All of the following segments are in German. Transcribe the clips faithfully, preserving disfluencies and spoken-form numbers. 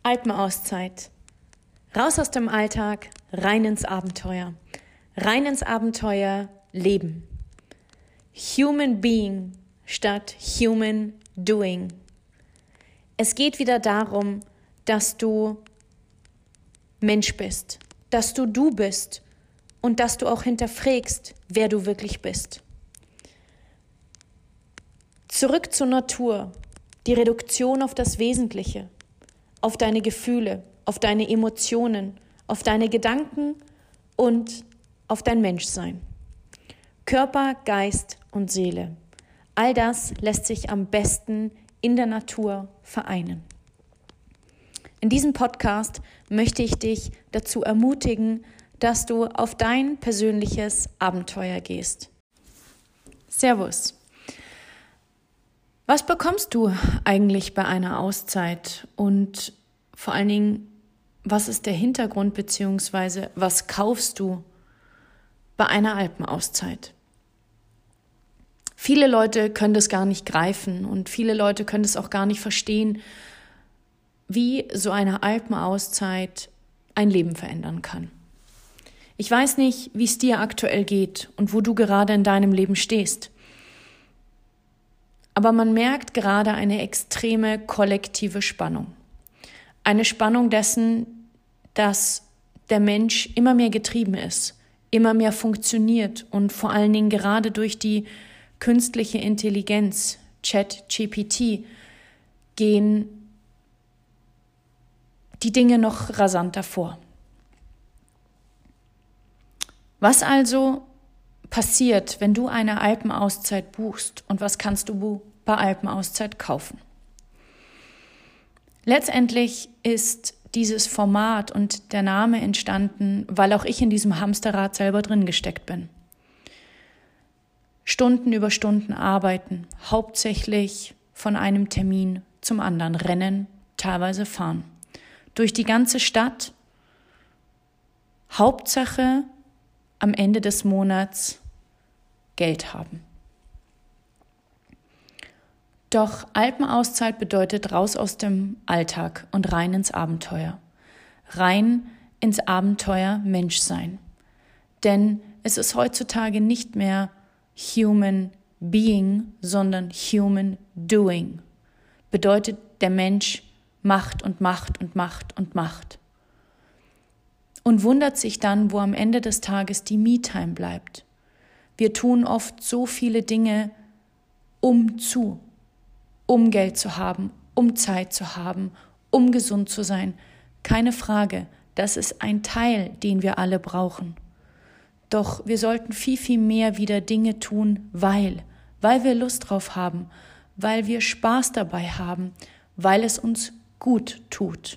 Alpenauszeit. Raus aus dem Alltag, rein ins Abenteuer. Rein ins Abenteuer leben. Human Being statt Human Doing. Es geht wieder darum, dass du Mensch bist, dass du du bist und dass du auch hinterfragst, wer du wirklich bist. Zurück zur Natur, die Reduktion auf das Wesentliche, auf deine Gefühle, auf deine Emotionen, auf deine Gedanken und auf dein Menschsein. Körper, Geist und Seele. All das lässt sich am besten in der Natur vereinen. In diesem Podcast möchte ich dich dazu ermutigen, dass du auf dein persönliches Abenteuer gehst. Servus. Was bekommst du eigentlich bei einer Auszeit und vor allen Dingen, was ist der Hintergrund bzw. was kaufst du bei einer Alpenauszeit? Viele Leute können das gar nicht greifen und viele Leute können es auch gar nicht verstehen, wie so eine Alpenauszeit ein Leben verändern kann. Ich weiß nicht, wie es dir aktuell geht und wo du gerade in deinem Leben stehst. Aber man merkt gerade eine extreme kollektive Spannung. Eine Spannung dessen, dass der Mensch immer mehr getrieben ist, immer mehr funktioniert und vor allen Dingen gerade durch die künstliche Intelligenz, ChatGPT, gehen die Dinge noch rasanter vor. Was also passiert, wenn du eine Alpenauszeit buchst und was kannst du bei Alpenauszeit kaufen? Letztendlich ist dieses Format und der Name entstanden, weil auch ich in diesem Hamsterrad selber drin gesteckt bin. Stunden über Stunden arbeiten, hauptsächlich von einem Termin zum anderen rennen, teilweise fahren. Durch die ganze Stadt, Hauptsache am Ende des Monats Geld haben. Doch Alpenauszeit bedeutet raus aus dem Alltag und rein ins Abenteuer. Rein ins Abenteuer Menschsein. Denn es ist heutzutage nicht mehr Human Being, sondern Human Doing. Bedeutet, der Mensch macht und macht und macht und macht. Und wundert sich dann, wo am Ende des Tages die Me-Time bleibt. Wir tun oft so viele Dinge um zu, um Geld zu haben, um Zeit zu haben, um gesund zu sein. Keine Frage, das ist ein Teil, den wir alle brauchen. Doch wir sollten viel, viel mehr wieder Dinge tun, weil, weil wir Lust drauf haben, weil wir Spaß dabei haben, weil es uns gut tut.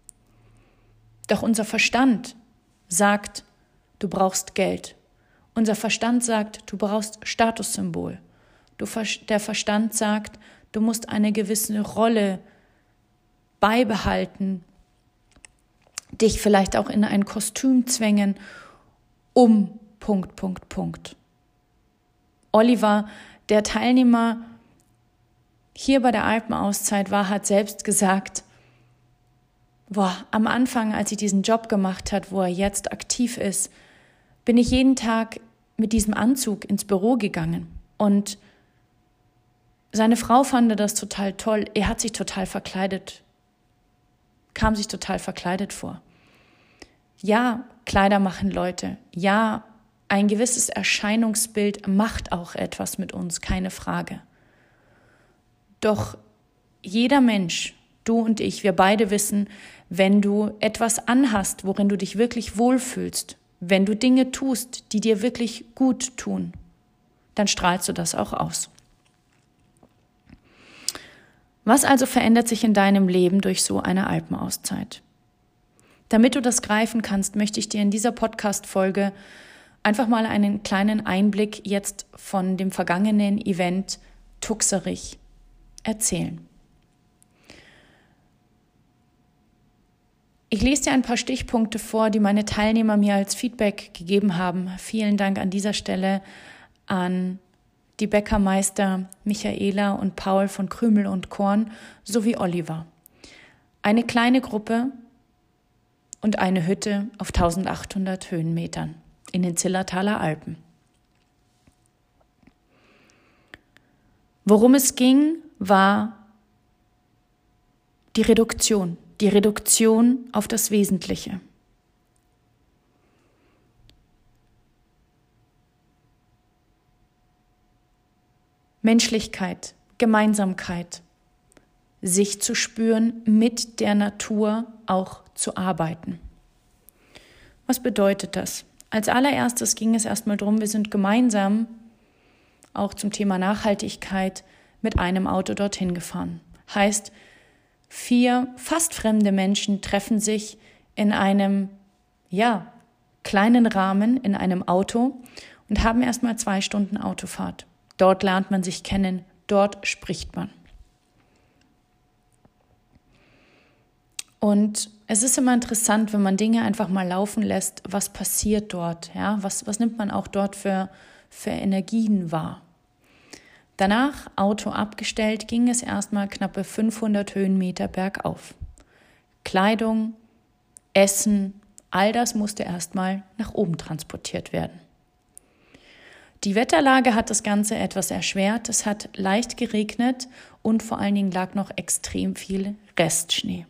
Doch unser Verstand sagt, du brauchst Geld. Unser Verstand sagt, du brauchst Statussymbol. Du, der Verstand sagt, du musst eine gewisse Rolle beibehalten, dich vielleicht auch in ein Kostüm zwängen, um Punkt, Punkt, Punkt. Oliver, der Teilnehmer hier bei der Alpenauszeit war, hat selbst gesagt, boah, am Anfang, als ich diesen Job gemacht hat, wo er jetzt aktiv ist, bin ich jeden Tag mit diesem Anzug ins Büro gegangen. Und seine Frau fand das total toll. Er hat sich total verkleidet, kam sich total verkleidet vor. Ja, Kleider machen Leute. Ja, ein gewisses Erscheinungsbild macht auch etwas mit uns, keine Frage. Doch jeder Mensch, du und ich, wir beide wissen, wenn du etwas anhast, worin du dich wirklich wohlfühlst, wenn du Dinge tust, die dir wirklich gut tun, dann strahlst du das auch aus. Was also verändert sich in deinem Leben durch so eine Alpenauszeit? Damit du das greifen kannst, möchte ich dir in dieser Podcast-Folge einfach mal einen kleinen Einblick jetzt von dem vergangenen Event Tuxerich erzählen. Ich lese dir ein paar Stichpunkte vor, die meine Teilnehmer mir als Feedback gegeben haben. Vielen Dank an dieser Stelle an die Bäckermeister Michaela und Paul von Krümel und Korn sowie Oliver. Eine kleine Gruppe und eine Hütte auf eintausendachthundert Höhenmetern in den Zillertaler Alpen. Worum es ging, war die Reduktion, die Reduktion auf das Wesentliche. Menschlichkeit, Gemeinsamkeit, sich zu spüren, mit der Natur auch zu arbeiten. Was bedeutet das? Als allererstes ging es erstmal darum, wir sind gemeinsam auch zum Thema Nachhaltigkeit mit einem Auto dorthin gefahren. Heißt, vier fast fremde Menschen treffen sich in einem, ja, kleinen Rahmen in einem Auto und haben erstmal zwei Stunden Autofahrt. Dort lernt man sich kennen, dort spricht man. Und es ist immer interessant, wenn man Dinge einfach mal laufen lässt, was passiert dort, ja? Was, was nimmt man auch dort für, für Energien wahr? Danach, Auto abgestellt, ging es erstmal knappe fünfhundert Höhenmeter bergauf. Kleidung, Essen, all das musste erstmal nach oben transportiert werden. Die Wetterlage hat das Ganze etwas erschwert. Es hat leicht geregnet und vor allen Dingen lag noch extrem viel Restschnee.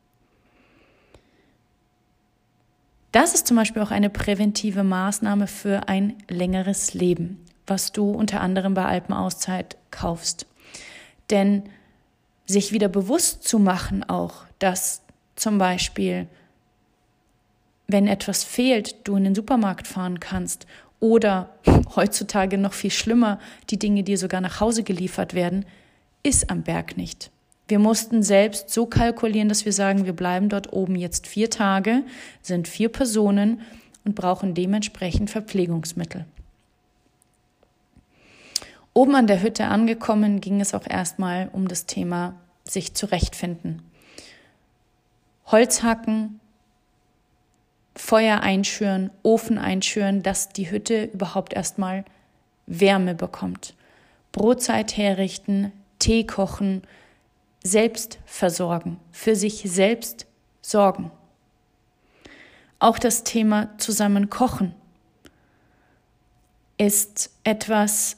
Das ist zum Beispiel auch eine präventive Maßnahme für ein längeres Leben, was du unter anderem bei Alpenauszeit kaufst. Denn sich wieder bewusst zu machen auch, dass zum Beispiel, wenn etwas fehlt, du in den Supermarkt fahren kannst oder heutzutage noch viel schlimmer, die Dinge, die sogar nach Hause geliefert werden, ist am Berg nicht. Wir mussten selbst so kalkulieren, dass wir sagen, wir bleiben dort oben jetzt vier Tage, sind vier Personen und brauchen dementsprechend Verpflegungsmittel. Oben an der Hütte angekommen, ging es auch erstmal um das Thema sich zurechtfinden. Holz hacken, Feuer einschüren, Ofen einschüren, dass die Hütte überhaupt erstmal Wärme bekommt. Brotzeit herrichten, Tee kochen, selbst versorgen, für sich selbst sorgen. Auch das Thema zusammen kochen ist etwas,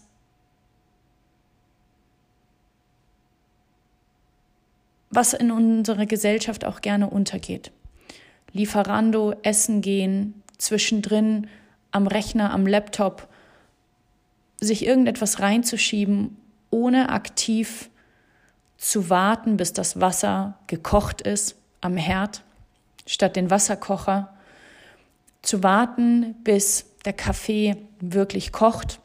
was in unserer Gesellschaft auch gerne untergeht. Lieferando, essen gehen, zwischendrin am Rechner, am Laptop, sich irgendetwas reinzuschieben, ohne aktiv zu warten, bis das Wasser gekocht ist am Herd, statt den Wasserkocher, zu warten, bis der Kaffee wirklich kocht,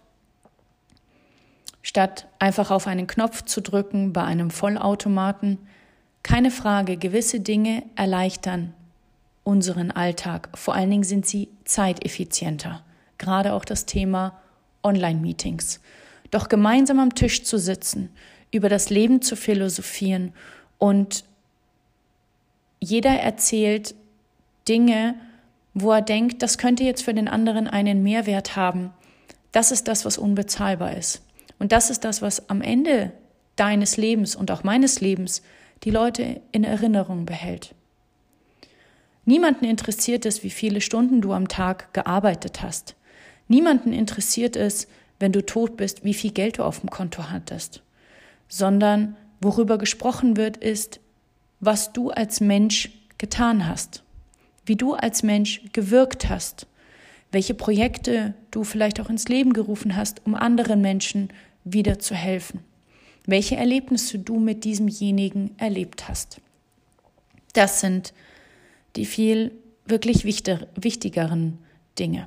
statt einfach auf einen Knopf zu drücken bei einem Vollautomaten. Keine Frage, gewisse Dinge erleichtern unseren Alltag. Vor allen Dingen sind sie zeiteffizienter. Gerade auch das Thema Online-Meetings. Doch gemeinsam am Tisch zu sitzen, über das Leben zu philosophieren und jeder erzählt Dinge, wo er denkt, das könnte jetzt für den anderen einen Mehrwert haben. Das ist das, was unbezahlbar ist. Und das ist das, was am Ende deines Lebens und auch meines Lebens die Leute in Erinnerung behält. Niemanden interessiert es, wie viele Stunden du am Tag gearbeitet hast. Niemanden interessiert es, wenn du tot bist, wie viel Geld du auf dem Konto hattest. Sondern worüber gesprochen wird, ist, was du als Mensch getan hast, wie du als Mensch gewirkt hast, welche Projekte du vielleicht auch ins Leben gerufen hast, um anderen Menschen wieder zu helfen, welche Erlebnisse du mit diesemjenigen erlebt hast. Das sind die viel wirklich wichtigeren Dinge.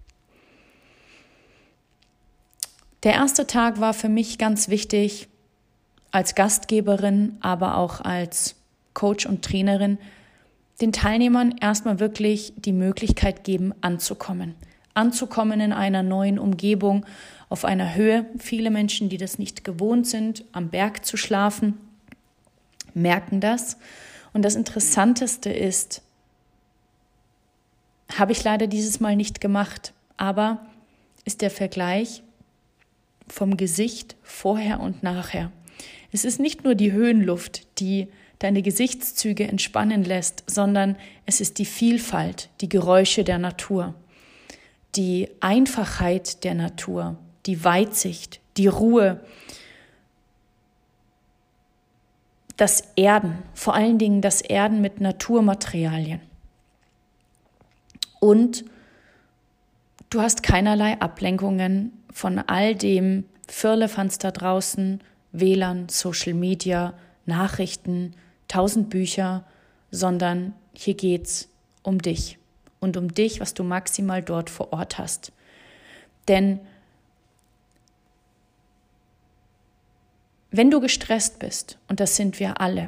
Der erste Tag war für mich ganz wichtig, als Gastgeberin, aber auch als Coach und Trainerin, den Teilnehmern erstmal wirklich die Möglichkeit geben, anzukommen. Anzukommen in einer neuen Umgebung, auf einer Höhe. Viele Menschen, die das nicht gewohnt sind, am Berg zu schlafen, merken das. Und das Interessanteste ist, habe ich leider dieses Mal nicht gemacht, aber ist der Vergleich vom Gesicht vorher und nachher. Es ist nicht nur die Höhenluft, die deine Gesichtszüge entspannen lässt, sondern es ist die Vielfalt, die Geräusche der Natur, die Einfachheit der Natur, die Weitsicht, die Ruhe, das Erden, vor allen Dingen das Erden mit Naturmaterialien. Und du hast keinerlei Ablenkungen von all dem Firlefanz da draußen, W L A N, Social Media, Nachrichten, tausend Bücher, sondern hier geht's um dich und um dich, was du maximal dort vor Ort hast. Denn wenn du gestresst bist, und das sind wir alle,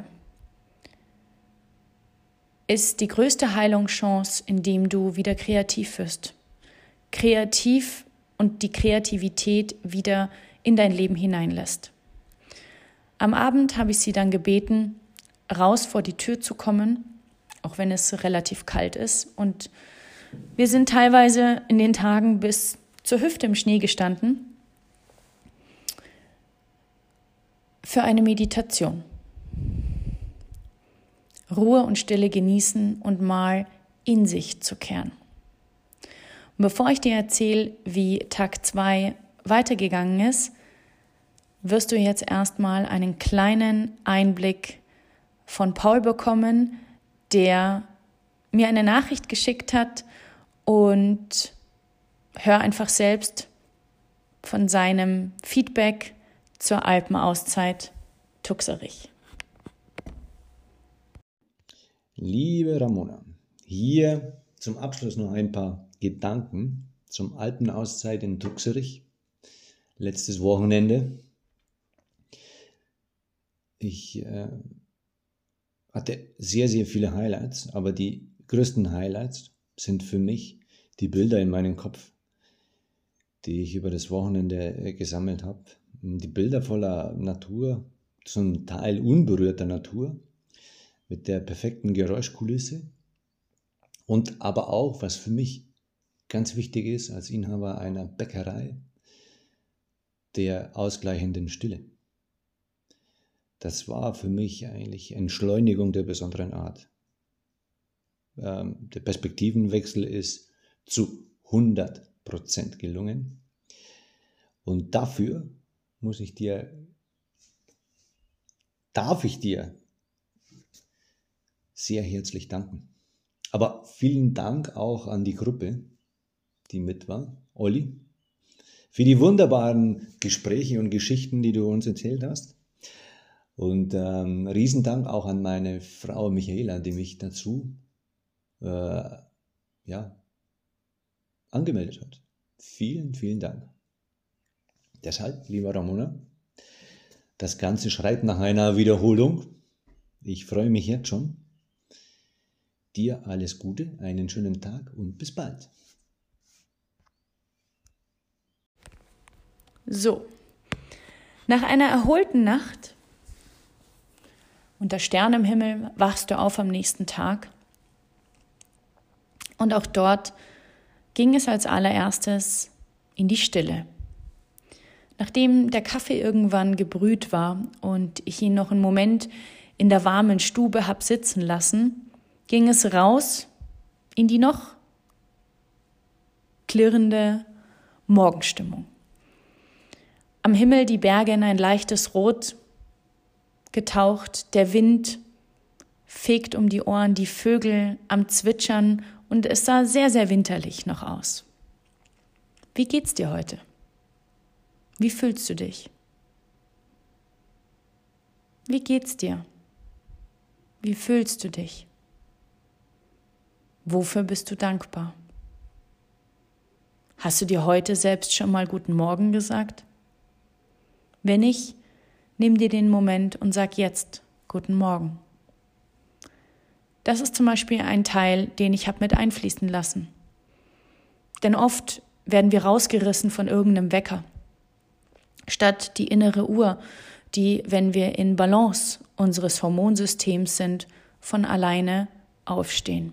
ist die größte Heilungschance, indem du wieder kreativ wirst. Kreativ und die Kreativität wieder in dein Leben hineinlässt. Am Abend habe ich sie dann gebeten, raus vor die Tür zu kommen, auch wenn es relativ kalt ist. Und wir sind teilweise in den Tagen bis zur Hüfte im Schnee gestanden für eine Meditation. Ruhe und Stille genießen und mal in sich zu kehren. Und bevor ich dir erzähle, wie Tag zwei weitergegangen ist, wirst du jetzt erstmal einen kleinen Einblick von Paul bekommen, der mir eine Nachricht geschickt hat, und hör einfach selbst von seinem Feedback zur Alpenauszeit Tuxerich. Liebe Ramona, hier zum Abschluss noch ein paar Gedanken zum Alpenauszeit in Tuxerich. Letztes Wochenende. Ich äh, hatte sehr, sehr viele Highlights, aber die größten Highlights sind für mich die Bilder in meinem Kopf, die ich über das Wochenende äh, gesammelt habe. Die Bilder voller Natur, zum Teil unberührter Natur, mit der perfekten Geräuschkulisse und aber auch, was für mich ganz wichtig ist, als Inhaber einer Bäckerei, der ausgleichenden Stille. Das war für mich eigentlich Entschleunigung der besonderen Art. Ähm, der Perspektivenwechsel ist zu hundert Prozent gelungen. Und dafür muss ich dir, darf ich dir sehr herzlich danken. Aber vielen Dank auch an die Gruppe, die mit war, Olli, für die wunderbaren Gespräche und Geschichten, die du uns erzählt hast. Und ähm, Riesendank auch an meine Frau Michaela, die mich dazu äh, ja, angemeldet hat. Vielen, vielen Dank. Deshalb, lieber Ramona, das Ganze schreit nach einer Wiederholung. Ich freue mich jetzt schon. Dir alles Gute, einen schönen Tag und bis bald. So, nach einer erholten Nacht unter Sternen im Himmel wachst du auf am nächsten Tag. Und auch dort ging es als allererstes in die Stille. Nachdem der Kaffee irgendwann gebrüht war und ich ihn noch einen Moment in der warmen Stube hab sitzen lassen, ging es raus in die noch klirrende Morgenstimmung. Am Himmel die Berge in ein leichtes Rot getaucht, der Wind fegt um die Ohren, die Vögel am Zwitschern und es sah sehr, sehr winterlich noch aus. Wie geht's dir heute? Wie fühlst du dich? Wie geht's dir? Wie fühlst du dich? Wofür bist du dankbar? Hast du dir heute selbst schon mal guten Morgen gesagt? Wenn nicht, nimm dir den Moment und sag jetzt guten Morgen. Das ist zum Beispiel ein Teil, den ich habe mit einfließen lassen. Denn oft werden wir rausgerissen von irgendeinem Wecker, statt die innere Uhr, die, wenn wir in Balance unseres Hormonsystems sind, von alleine aufstehen.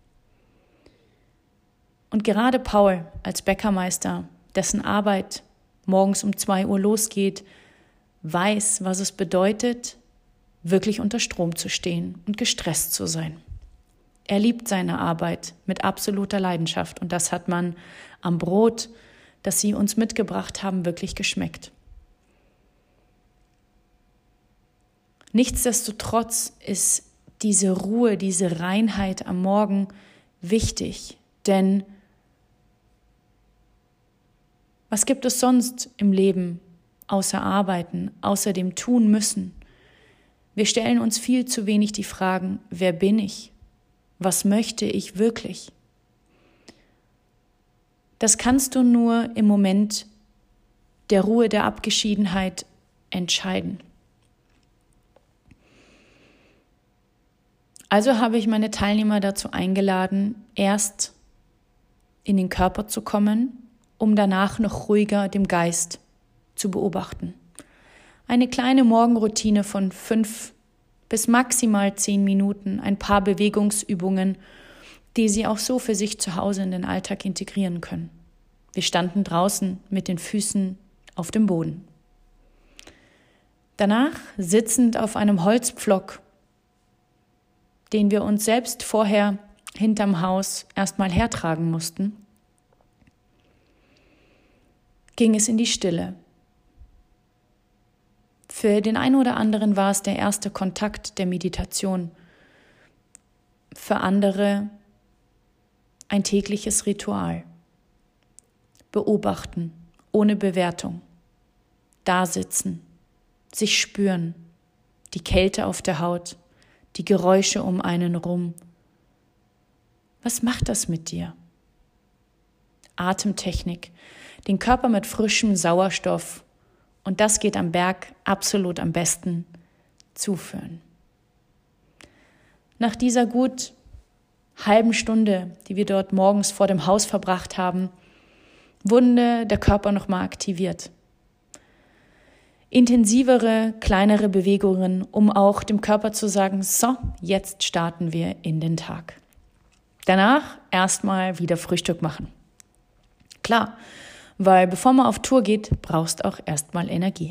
Und gerade Paul als Bäckermeister, dessen Arbeit morgens um zwei Uhr losgeht, weiß, was es bedeutet, wirklich unter Strom zu stehen und gestresst zu sein. Er liebt seine Arbeit mit absoluter Leidenschaft und das hat man am Brot, das sie uns mitgebracht haben, wirklich geschmeckt. Nichtsdestotrotz ist diese Ruhe, diese Reinheit am Morgen wichtig, denn was gibt es sonst im Leben außer Arbeiten, außer dem Tun müssen? Wir stellen uns viel zu wenig die Fragen, wer bin ich? Was möchte ich wirklich? Das kannst du nur im Moment der Ruhe, der Abgeschiedenheit entscheiden. Also habe ich meine Teilnehmer dazu eingeladen, erst in den Körper zu kommen, um danach noch ruhiger dem Geist zu beobachten. Eine kleine Morgenroutine von fünf bis maximal zehn Minuten, ein paar Bewegungsübungen, die Sie auch so für sich zu Hause in den Alltag integrieren können. Wir standen draußen mit den Füßen auf dem Boden. Danach sitzend auf einem Holzpflock, den wir uns selbst vorher hinterm Haus erstmal hertragen mussten, ging es in die Stille. Für den einen oder anderen war es der erste Kontakt der Meditation. Für andere ein tägliches Ritual. Beobachten, ohne Bewertung. Dasitzen, sich spüren, die Kälte auf der Haut, die Geräusche um einen rum. Was macht das mit dir? Atemtechnik, den Körper mit frischem Sauerstoff, und das geht am Berg absolut am besten, zuführen. Nach dieser gut halben Stunde, die wir dort morgens vor dem Haus verbracht haben, wurde der Körper nochmal aktiviert. Intensivere, kleinere Bewegungen, um auch dem Körper zu sagen, so, jetzt starten wir in den Tag. Danach erstmal wieder Frühstück machen. Klar, weil bevor man auf Tour geht, brauchst auch erstmal Energie.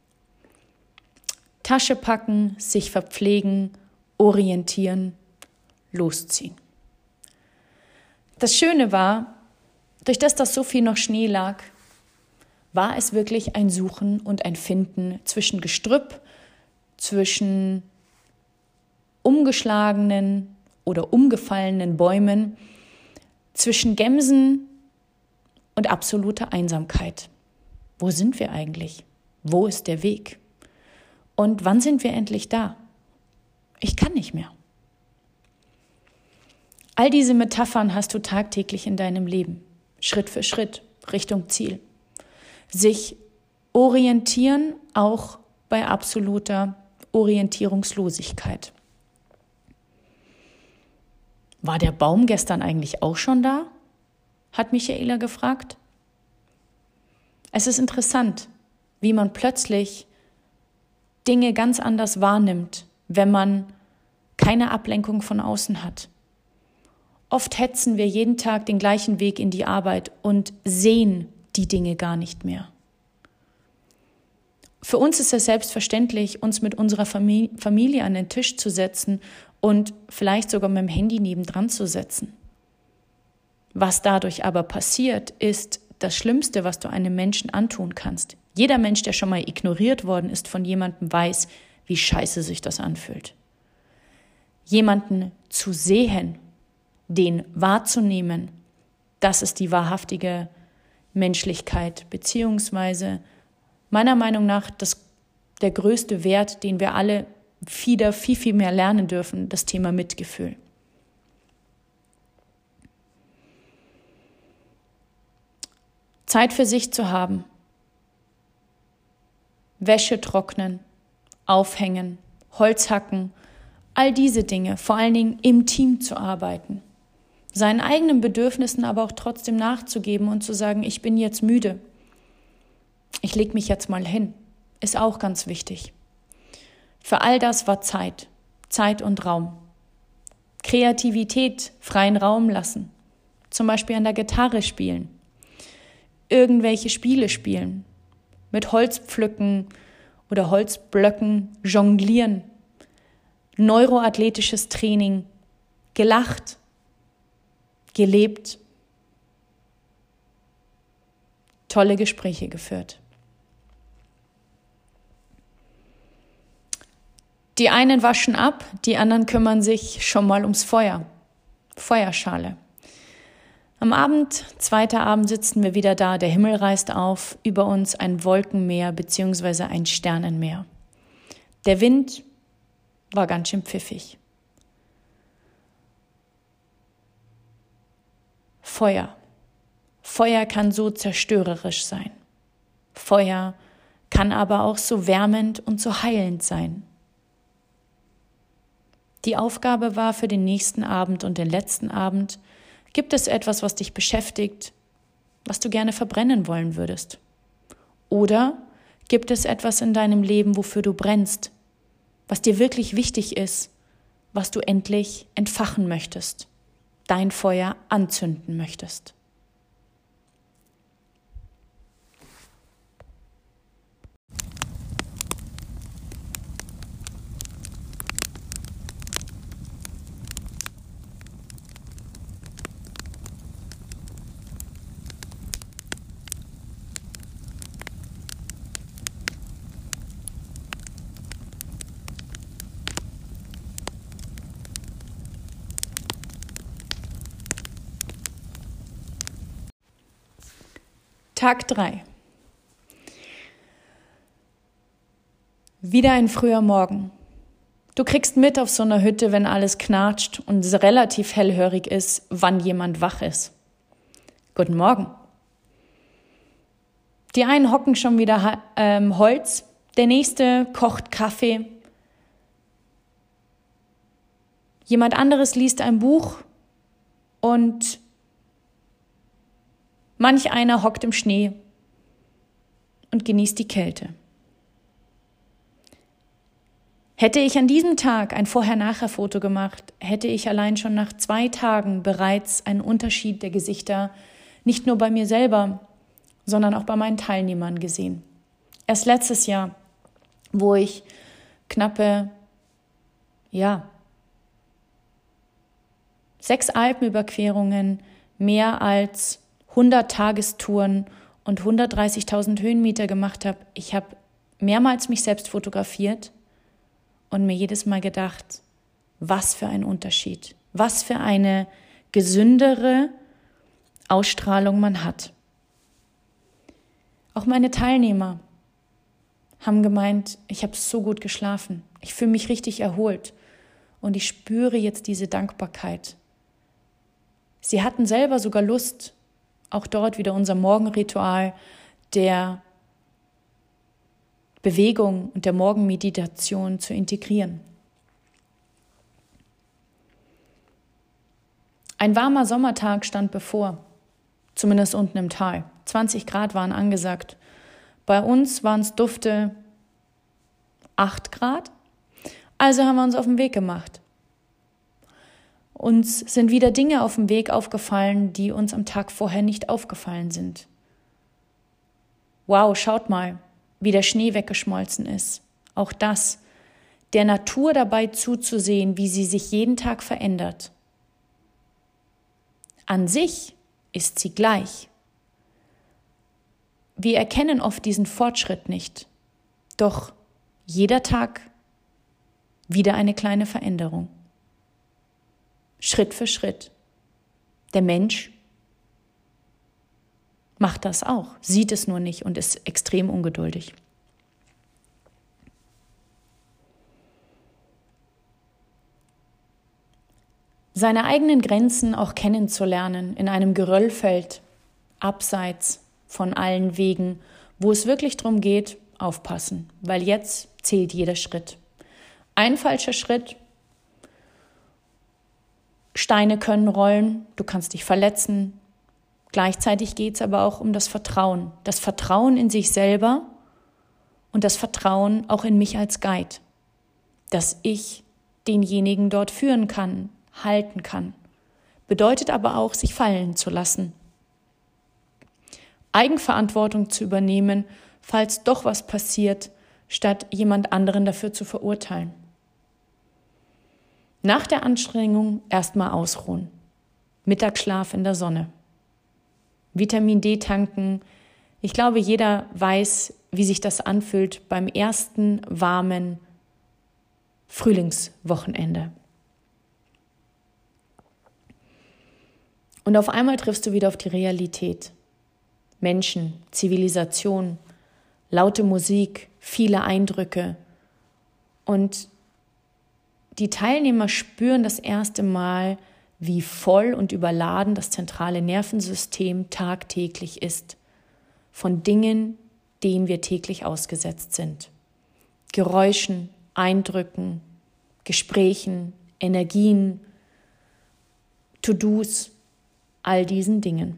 Tasche packen, sich verpflegen, orientieren, losziehen. Das Schöne war, durch das, dass so viel noch Schnee lag, war es wirklich ein Suchen und ein Finden zwischen Gestrüpp, zwischen umgeschlagenen oder umgefallenen Bäumen, zwischen Gämsen und absoluter Einsamkeit. Wo sind wir eigentlich? Wo ist der Weg? Und wann sind wir endlich da? Ich kann nicht mehr. All diese Metaphern hast du tagtäglich in deinem Leben, Schritt für Schritt, Richtung Ziel. Sich orientieren, auch bei absoluter Orientierungslosigkeit. War der Baum gestern eigentlich auch schon da? Hat Michaela gefragt. Es ist interessant, wie man plötzlich Dinge ganz anders wahrnimmt, wenn man keine Ablenkung von außen hat. Oft hetzen wir jeden Tag den gleichen Weg in die Arbeit und sehen die Dinge gar nicht mehr. Für uns ist es selbstverständlich, uns mit unserer Familie an den Tisch zu setzen und vielleicht sogar mit dem Handy nebendran zu setzen. Was dadurch aber passiert, ist das Schlimmste, was du einem Menschen antun kannst. Jeder Mensch, der schon mal ignoriert worden ist von jemandem, weiß, wie scheiße sich das anfühlt. Jemanden zu sehen, den wahrzunehmen, das ist die wahrhaftige Menschlichkeit, beziehungsweise meiner Meinung nach das, der größte Wert, den wir alle wieder viel, viel mehr lernen dürfen, das Thema Mitgefühl. Zeit für sich zu haben, Wäsche trocknen, aufhängen, Holz hacken, all diese Dinge, vor allen Dingen im Team zu arbeiten, seinen eigenen Bedürfnissen aber auch trotzdem nachzugeben und zu sagen, ich bin jetzt müde, ich lege mich jetzt mal hin, ist auch ganz wichtig. Für all das war Zeit, Zeit und Raum. Kreativität freien Raum lassen, zum Beispiel an der Gitarre spielen, irgendwelche Spiele spielen, mit Holz pflücken oder Holzblöcken jonglieren, neuroathletisches Training, gelacht, gelebt, tolle Gespräche geführt. Die einen waschen ab, die anderen kümmern sich schon mal ums Feuer. Feuerschale. Am Abend, zweiter Abend, sitzen wir wieder da, der Himmel reißt auf, über uns ein Wolkenmeer bzw. ein Sternenmeer. Der Wind war ganz schön pfiffig. Feuer. Feuer kann so zerstörerisch sein. Feuer kann aber auch so wärmend und so heilend sein. Die Aufgabe war für den nächsten Abend und den letzten Abend: Gibt es etwas, was dich beschäftigt, was du gerne verbrennen wollen würdest? Oder gibt es etwas in deinem Leben, wofür du brennst, was dir wirklich wichtig ist, was du endlich entfachen möchtest, dein Feuer anzünden möchtest? Tag drei. Wieder ein früher Morgen. Du kriegst mit auf so einer Hütte, wenn alles knatscht und es relativ hellhörig ist, wann jemand wach ist. Guten Morgen. Die einen hocken schon wieder ähm, Holz, der nächste kocht Kaffee. Jemand anderes liest ein Buch und manch einer hockt im Schnee und genießt die Kälte. Hätte ich an diesem Tag ein Vorher-Nachher-Foto gemacht, hätte ich allein schon nach zwei Tagen bereits einen Unterschied der Gesichter nicht nur bei mir selber, sondern auch bei meinen Teilnehmern gesehen. Erst letztes Jahr, wo ich knappe, ja, sechs Alpenüberquerungen, mehr als hundert Tagestouren und hundertdreißigtausend Höhenmeter gemacht habe. Ich habe mehrmals mich selbst fotografiert und mir jedes Mal gedacht, was für ein Unterschied, was für eine gesündere Ausstrahlung man hat. Auch meine Teilnehmer haben gemeint, ich habe so gut geschlafen, ich fühle mich richtig erholt und ich spüre jetzt diese Dankbarkeit. Sie hatten selber sogar Lust, auch dort wieder unser Morgenritual der Bewegung und der Morgenmeditation zu integrieren. Ein warmer Sommertag stand bevor, zumindest unten im Tal. zwanzig Grad waren angesagt. Bei uns waren es dufte acht Grad, also haben wir uns auf den Weg gemacht. Uns sind wieder Dinge auf dem Weg aufgefallen, die uns am Tag vorher nicht aufgefallen sind. Wow, schaut mal, wie der Schnee weggeschmolzen ist. Auch das, der Natur dabei zuzusehen, wie sie sich jeden Tag verändert. An sich ist sie gleich. Wir erkennen oft diesen Fortschritt nicht. Doch jeder Tag wieder eine kleine Veränderung. Schritt für Schritt. Der Mensch macht das auch, sieht es nur nicht und ist extrem ungeduldig. Seine eigenen Grenzen auch kennenzulernen in einem Geröllfeld, abseits von allen Wegen, wo es wirklich darum geht, aufpassen, weil jetzt zählt jeder Schritt. Ein falscher Schritt, Steine können rollen, du kannst dich verletzen. Gleichzeitig geht es aber auch um das Vertrauen. Das Vertrauen in sich selber und das Vertrauen auch in mich als Guide. Dass ich denjenigen dort führen kann, halten kann. Bedeutet aber auch, sich fallen zu lassen. Eigenverantwortung zu übernehmen, falls doch was passiert, statt jemand anderen dafür zu verurteilen. Nach der Anstrengung erstmal ausruhen. Mittagsschlaf in der Sonne. Vitamin D tanken. Ich glaube, jeder weiß, wie sich das anfühlt beim ersten warmen Frühlingswochenende. Und auf einmal triffst du wieder auf die Realität. Menschen, Zivilisation, laute Musik, viele Eindrücke. Und die Teilnehmer spüren das erste Mal, wie voll und überladen das zentrale Nervensystem tagtäglich ist. Von Dingen, denen wir täglich ausgesetzt sind. Geräuschen, Eindrücken, Gesprächen, Energien, To-Dos, all diesen Dingen.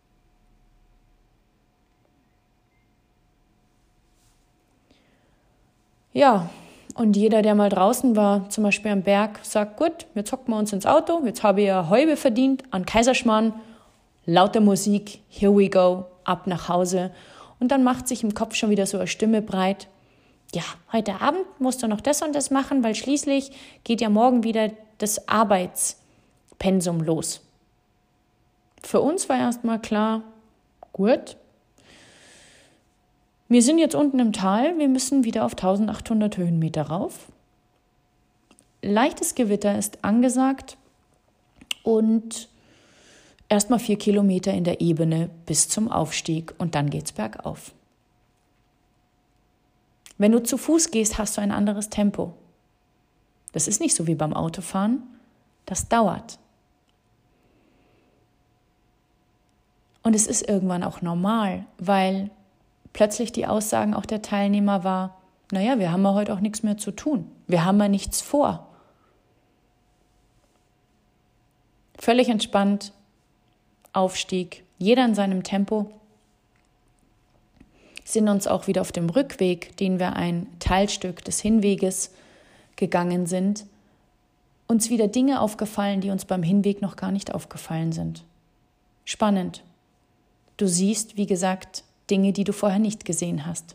Ja, und jeder, der mal draußen war, zum Beispiel am Berg, sagt, gut, jetzt hocken wir uns ins Auto, jetzt habe ich ja Häube verdient an Kaiserschmarrn, laute Musik, here we go, ab nach Hause. Und dann macht sich im Kopf schon wieder so eine Stimme breit, ja, heute Abend musst du noch das und das machen, weil schließlich geht ja morgen wieder das Arbeitspensum los. Für uns war erstmal klar, gut, wir sind jetzt unten im Tal, wir müssen wieder auf eintausendachthundert Höhenmeter rauf. Leichtes Gewitter ist angesagt und erstmal vier Kilometer in der Ebene bis zum Aufstieg und dann geht's bergauf. Wenn du zu Fuß gehst, hast du ein anderes Tempo. Das ist nicht so wie beim Autofahren, das dauert. Und es ist irgendwann auch normal, weil plötzlich die Aussagen auch der Teilnehmer war, naja, wir haben ja heute auch nichts mehr zu tun. Wir haben ja nichts vor. Völlig entspannt, Aufstieg, jeder in seinem Tempo. Sind uns auch wieder auf dem Rückweg, den wir ein Teilstück des Hinweges gegangen sind, uns wieder Dinge aufgefallen, die uns beim Hinweg noch gar nicht aufgefallen sind. Spannend. Du siehst, wie gesagt, Dinge, die du vorher nicht gesehen hast.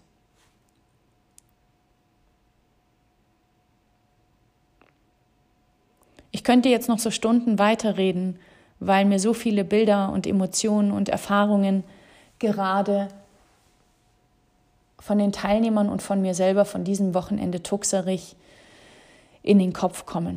Ich könnte jetzt noch so Stunden weiterreden, weil mir so viele Bilder und Emotionen und Erfahrungen gerade von den Teilnehmern und von mir selber von diesem Wochenende Tuxerich in den Kopf kommen.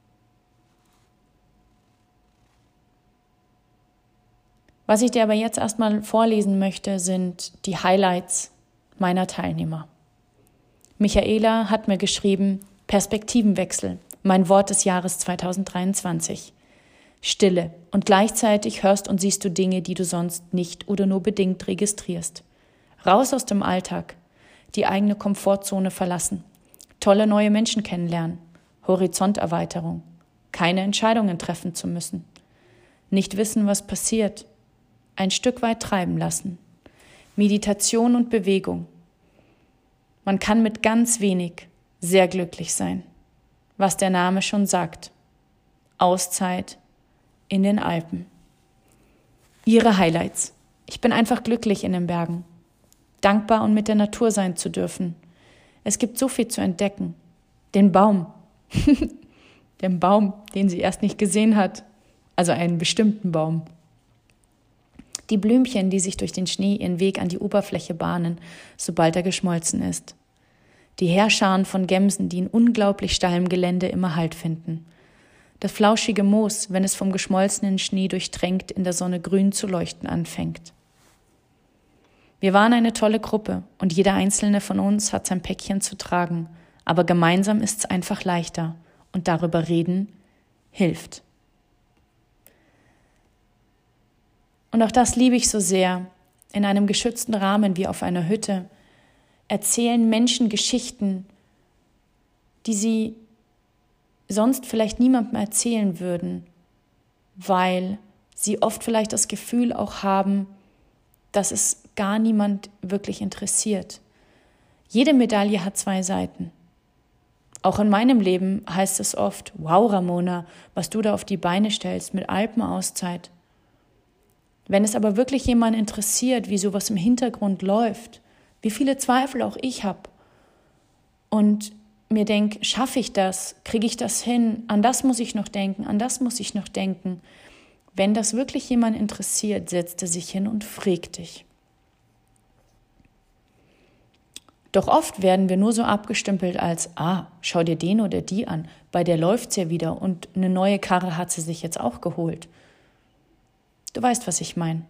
Was ich dir aber jetzt erstmal vorlesen möchte, sind die Highlights meiner Teilnehmer. Michaela hat mir geschrieben, Perspektivenwechsel, mein Wort des Jahres zweitausenddreiundzwanzig. Stille und gleichzeitig hörst und siehst du Dinge, die du sonst nicht oder nur bedingt registrierst. Raus aus dem Alltag, die eigene Komfortzone verlassen, tolle neue Menschen kennenlernen, Horizonterweiterung, keine Entscheidungen treffen zu müssen, nicht wissen, was passiert, ein Stück weit treiben lassen. Meditation und Bewegung. Man kann mit ganz wenig sehr glücklich sein. Was der Name schon sagt. Auszeit in den Alpen. Ihre Highlights. Ich bin einfach glücklich in den Bergen. Dankbar und mit der Natur sein zu dürfen. Es gibt so viel zu entdecken. Den Baum. Den Baum, den sie erst nicht gesehen hat. Also einen bestimmten Baum. Die Blümchen, die sich durch den Schnee ihren Weg an die Oberfläche bahnen, sobald er geschmolzen ist. Die Heerscharen von Gämsen, die in unglaublich steilem Gelände immer Halt finden. Das flauschige Moos, wenn es vom geschmolzenen Schnee durchtränkt in der Sonne grün zu leuchten anfängt. Wir waren eine tolle Gruppe und jeder einzelne von uns hat sein Päckchen zu tragen, aber gemeinsam ist es einfach leichter und darüber reden hilft. Und auch das liebe ich so sehr. In einem geschützten Rahmen wie auf einer Hütte erzählen Menschen Geschichten, die sie sonst vielleicht niemandem erzählen würden, weil sie oft vielleicht das Gefühl auch haben, dass es gar niemand wirklich interessiert. Jede Medaille hat zwei Seiten. Auch in meinem Leben heißt es oft, wow Ramona, was du da auf die Beine stellst mit Alpenauszeit. Wenn es aber wirklich jemanden interessiert, wie sowas im Hintergrund läuft, wie viele Zweifel auch ich habe und mir denke, schaffe ich das? Kriege ich das hin? An das muss ich noch denken, an das muss ich noch denken. Wenn das wirklich jemand interessiert, setzt er sich hin und fragt dich. Doch oft werden wir nur so abgestempelt als, ah, schau dir den oder die an, bei der läuft's ja wieder und eine neue Karre hat sie sich jetzt auch geholt. Du weißt, was ich meine.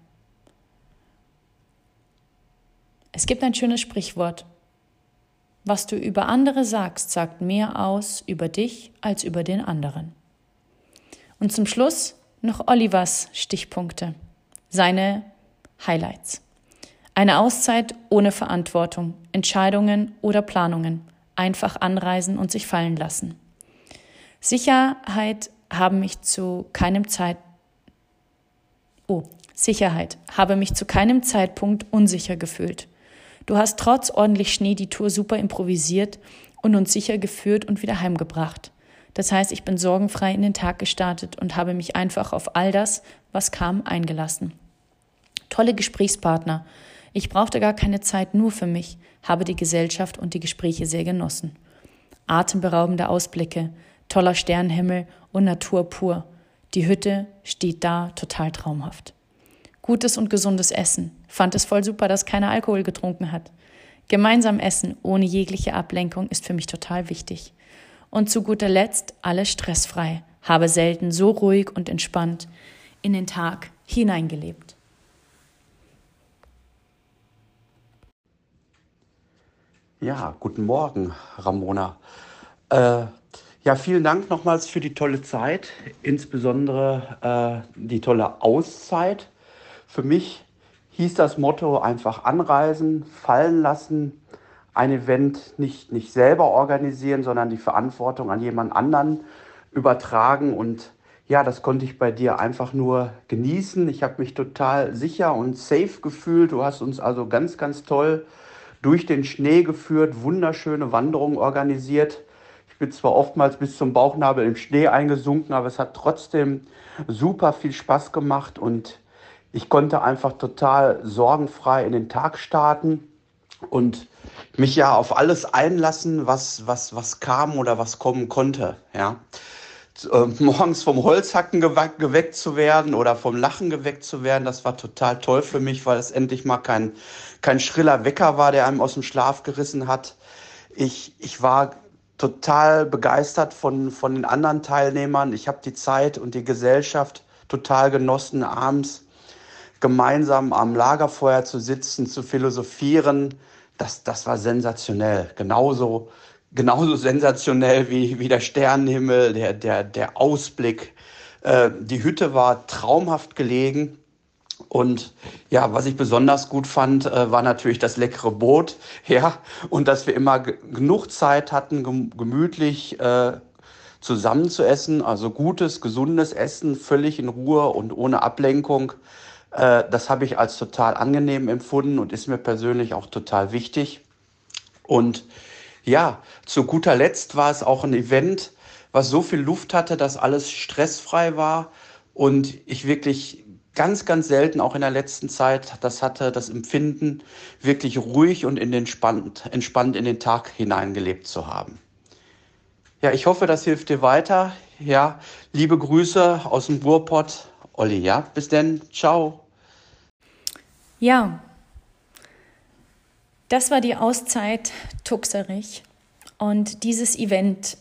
Es gibt ein schönes Sprichwort. Was du über andere sagst, sagt mehr aus über dich als über den anderen. Und zum Schluss noch Olivers Stichpunkte, seine Highlights. Eine Auszeit ohne Verantwortung, Entscheidungen oder Planungen, einfach anreisen und sich fallen lassen. Sicherheit habe mich zu keinem Zeit Oh, Sicherheit habe mich zu keinem Zeitpunkt unsicher gefühlt. Du hast trotz ordentlich Schnee die Tour super improvisiert und uns sicher geführt und wieder heimgebracht. Das heißt, ich bin sorgenfrei in den Tag gestartet und habe mich einfach auf all das, was kam, eingelassen. Tolle Gesprächspartner. Ich brauchte gar keine Zeit nur für mich, habe die Gesellschaft und die Gespräche sehr genossen. Atemberaubende Ausblicke, toller Sternenhimmel und Natur pur. Die Hütte steht da total traumhaft. Gutes und gesundes Essen. Fand es voll super, dass keiner Alkohol getrunken hat. Gemeinsam essen ohne jegliche Ablenkung ist für mich total wichtig. Und zu guter Letzt alles stressfrei. Habe selten so ruhig und entspannt in den Tag hineingelebt. Ja, guten Morgen, Ramona. Äh, ja, vielen Dank nochmals für die tolle Zeit, insbesondere äh, die tolle Auszeit. Für mich hieß das Motto einfach anreisen, fallen lassen, ein Event nicht, nicht selber organisieren, sondern die Verantwortung an jemand anderen übertragen. Und ja, das konnte ich bei dir einfach nur genießen. Ich habe mich total sicher und safe gefühlt. Du hast uns also ganz, ganz toll durch den Schnee geführt, wunderschöne Wanderungen organisiert. Ich bin zwar oftmals bis zum Bauchnabel im Schnee eingesunken, aber es hat trotzdem super viel Spaß gemacht und ich konnte einfach total sorgenfrei in den Tag starten und mich ja auf alles einlassen, was, was, was kam oder was kommen konnte. Ja. Äh, morgens vom Holzhacken gewack, geweckt zu werden oder vom Lachen geweckt zu werden, das war total toll für mich, weil es endlich mal kein, kein schriller Wecker war, der einem aus dem Schlaf gerissen hat. Ich, ich war total begeistert von, von den anderen Teilnehmern. Ich habe die Zeit und die Gesellschaft total genossen, abends gemeinsam am Lagerfeuer zu sitzen, zu philosophieren. Das, das war sensationell. Genauso Genauso sensationell wie, wie der Sternenhimmel, der, der, der Ausblick. Äh, die Hütte war traumhaft gelegen. Und ja, was ich besonders gut fand, äh, war natürlich das leckere Brot. Ja, und dass wir immer g- genug Zeit hatten, gem- gemütlich äh, zusammen zu essen. Also gutes, gesundes Essen, völlig in Ruhe und ohne Ablenkung. Äh, das habe ich als total angenehm empfunden und ist mir persönlich auch total wichtig. Und ja, zu guter Letzt war es auch ein Event, was so viel Luft hatte, dass alles stressfrei war und ich wirklich ganz, ganz selten auch in der letzten Zeit das hatte, das Empfinden, wirklich ruhig und in den entspannt, entspannt in den Tag hineingelebt zu haben. Ja, ich hoffe, das hilft dir weiter. Ja, liebe Grüße aus dem Ruhrpott, Olli. Ja, bis denn, ciao. Ja, das war die Auszeit Tuxerich und dieses Event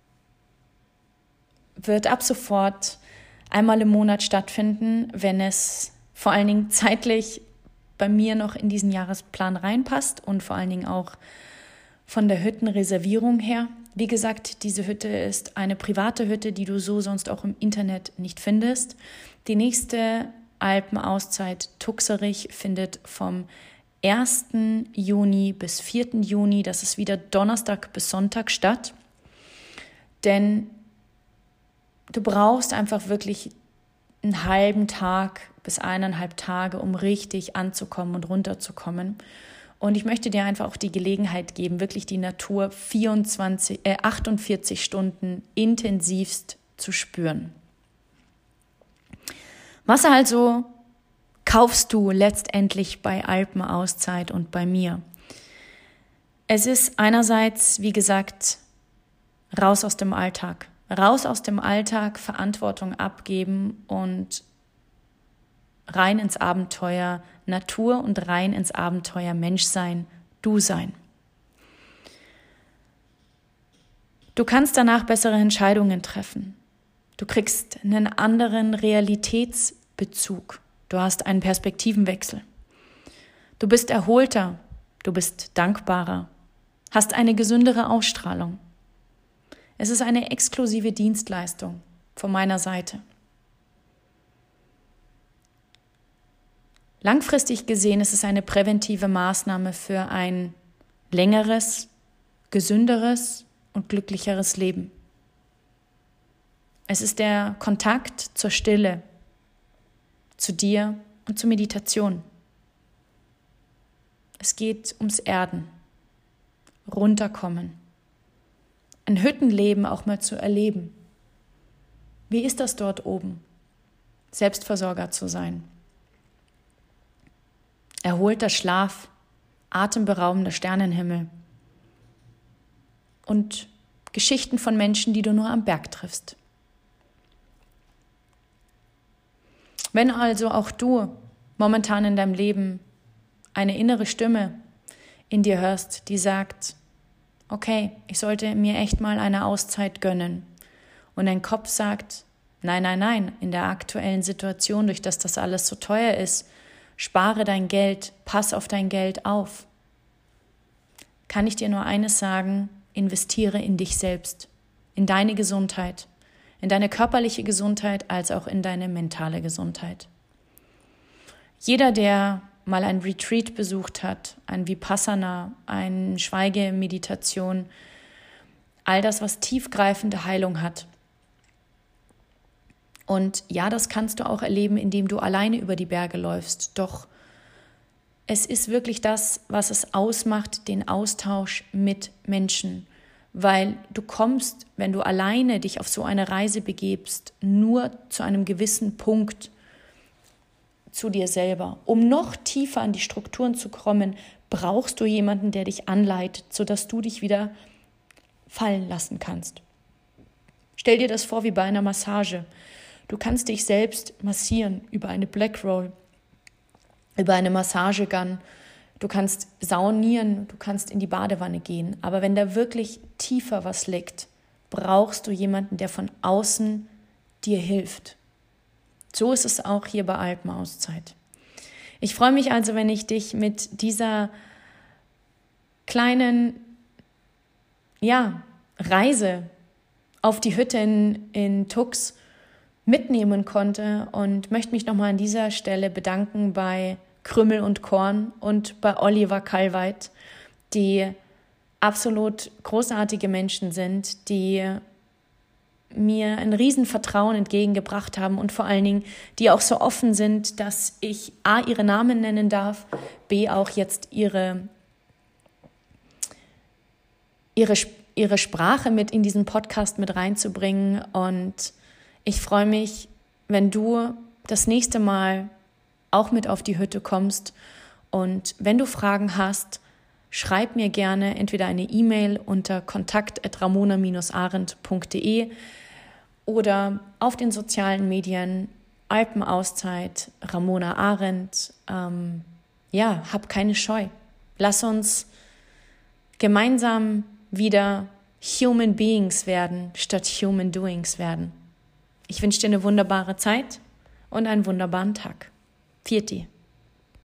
wird ab sofort einmal im Monat stattfinden, wenn es vor allen Dingen zeitlich bei mir noch in diesen Jahresplan reinpasst und vor allen Dingen auch von der Hüttenreservierung her. Wie gesagt, diese Hütte ist eine private Hütte, die du so sonst auch im Internet nicht findest. Die nächste Alpenauszeit Tuxerich findet vom ersten Juni bis vierten Juni, das ist wieder Donnerstag bis Sonntag statt. Denn du brauchst einfach wirklich einen halben Tag bis eineinhalb Tage, um richtig anzukommen und runterzukommen. Und ich möchte dir einfach auch die Gelegenheit geben, wirklich die Natur vierundzwanzig, äh, achtundvierzig Stunden intensivst zu spüren. Was also kaufst du letztendlich bei Alpenauszeit und bei mir? Es ist einerseits, wie gesagt, raus aus dem Alltag. Raus aus dem Alltag, Verantwortung abgeben und rein ins Abenteuer Natur und rein ins Abenteuer Menschsein, du sein. Du kannst danach bessere Entscheidungen treffen. Du kriegst einen anderen Realitätsbezug. Du hast einen Perspektivenwechsel. Du bist erholter, du bist dankbarer, hast eine gesündere Ausstrahlung. Es ist eine exklusive Dienstleistung von meiner Seite. Langfristig gesehen ist es eine präventive Maßnahme für ein längeres, gesünderes und glücklicheres Leben. Es ist der Kontakt zur Stille, zu dir und zur Meditation. Es geht ums Erden, runterkommen, ein Hüttenleben auch mal zu erleben. Wie ist das dort oben, Selbstversorger zu sein? Erholter Schlaf, atemberaubender Sternenhimmel und Geschichten von Menschen, die du nur am Berg triffst. Wenn also auch du momentan in deinem Leben eine innere Stimme in dir hörst, die sagt, okay, ich sollte mir echt mal eine Auszeit gönnen. Und dein Kopf sagt, nein, nein, nein, in der aktuellen Situation, durch das das alles so teuer ist, spare dein Geld, pass auf dein Geld auf. Kann ich dir nur eines sagen, investiere in dich selbst, in deine Gesundheit, in deine körperliche Gesundheit als auch in deine mentale Gesundheit. Jeder, der mal ein Retreat besucht hat, ein Vipassana, eine Schweigemeditation, all das, was tiefgreifende Heilung hat. Und ja, das kannst du auch erleben, indem du alleine über die Berge läufst. Doch es ist wirklich das, was es ausmacht, den Austausch mit Menschen. Weil du kommst, wenn du alleine dich auf so eine Reise begebst, nur zu einem gewissen Punkt zu dir selber. Um noch tiefer an die Strukturen zu kommen, brauchst du jemanden, der dich anleitet, sodass du dich wieder fallen lassen kannst. Stell dir das vor wie bei einer Massage. Du kannst dich selbst massieren über eine Black Roll, über eine Massagegun. Du kannst saunieren, du kannst in die Badewanne gehen. Aber wenn da wirklich tiefer was liegt, brauchst du jemanden, der von außen dir hilft. So ist es auch hier bei Alpenauszeit. Ich freue mich also, wenn ich dich mit dieser kleinen ja, Reise auf die Hütte in, in Tux mitnehmen konnte und möchte mich nochmal an dieser Stelle bedanken bei Krümmel und Korn und bei Oliver Kalweit, die absolut großartige Menschen sind, die mir ein Riesenvertrauen entgegengebracht haben und vor allen Dingen, die auch so offen sind, dass ich A, ihre Namen nennen darf, B, auch jetzt ihre, ihre, ihre Sprache mit in diesen Podcast mit reinzubringen. Und ich freue mich, wenn du das nächste Mal auch mit auf die Hütte kommst. Und wenn du Fragen hast, schreib mir gerne entweder eine E-Mail unter kontakt at ramona dash arendt punkt de oder auf den sozialen Medien Alpenauszeit, Ramona Arendt. Ähm, ja, hab keine Scheu. Lass uns gemeinsam wieder Human Beings werden, statt Human Doings werden. Ich wünsche dir eine wunderbare Zeit und einen wunderbaren Tag. Vierte.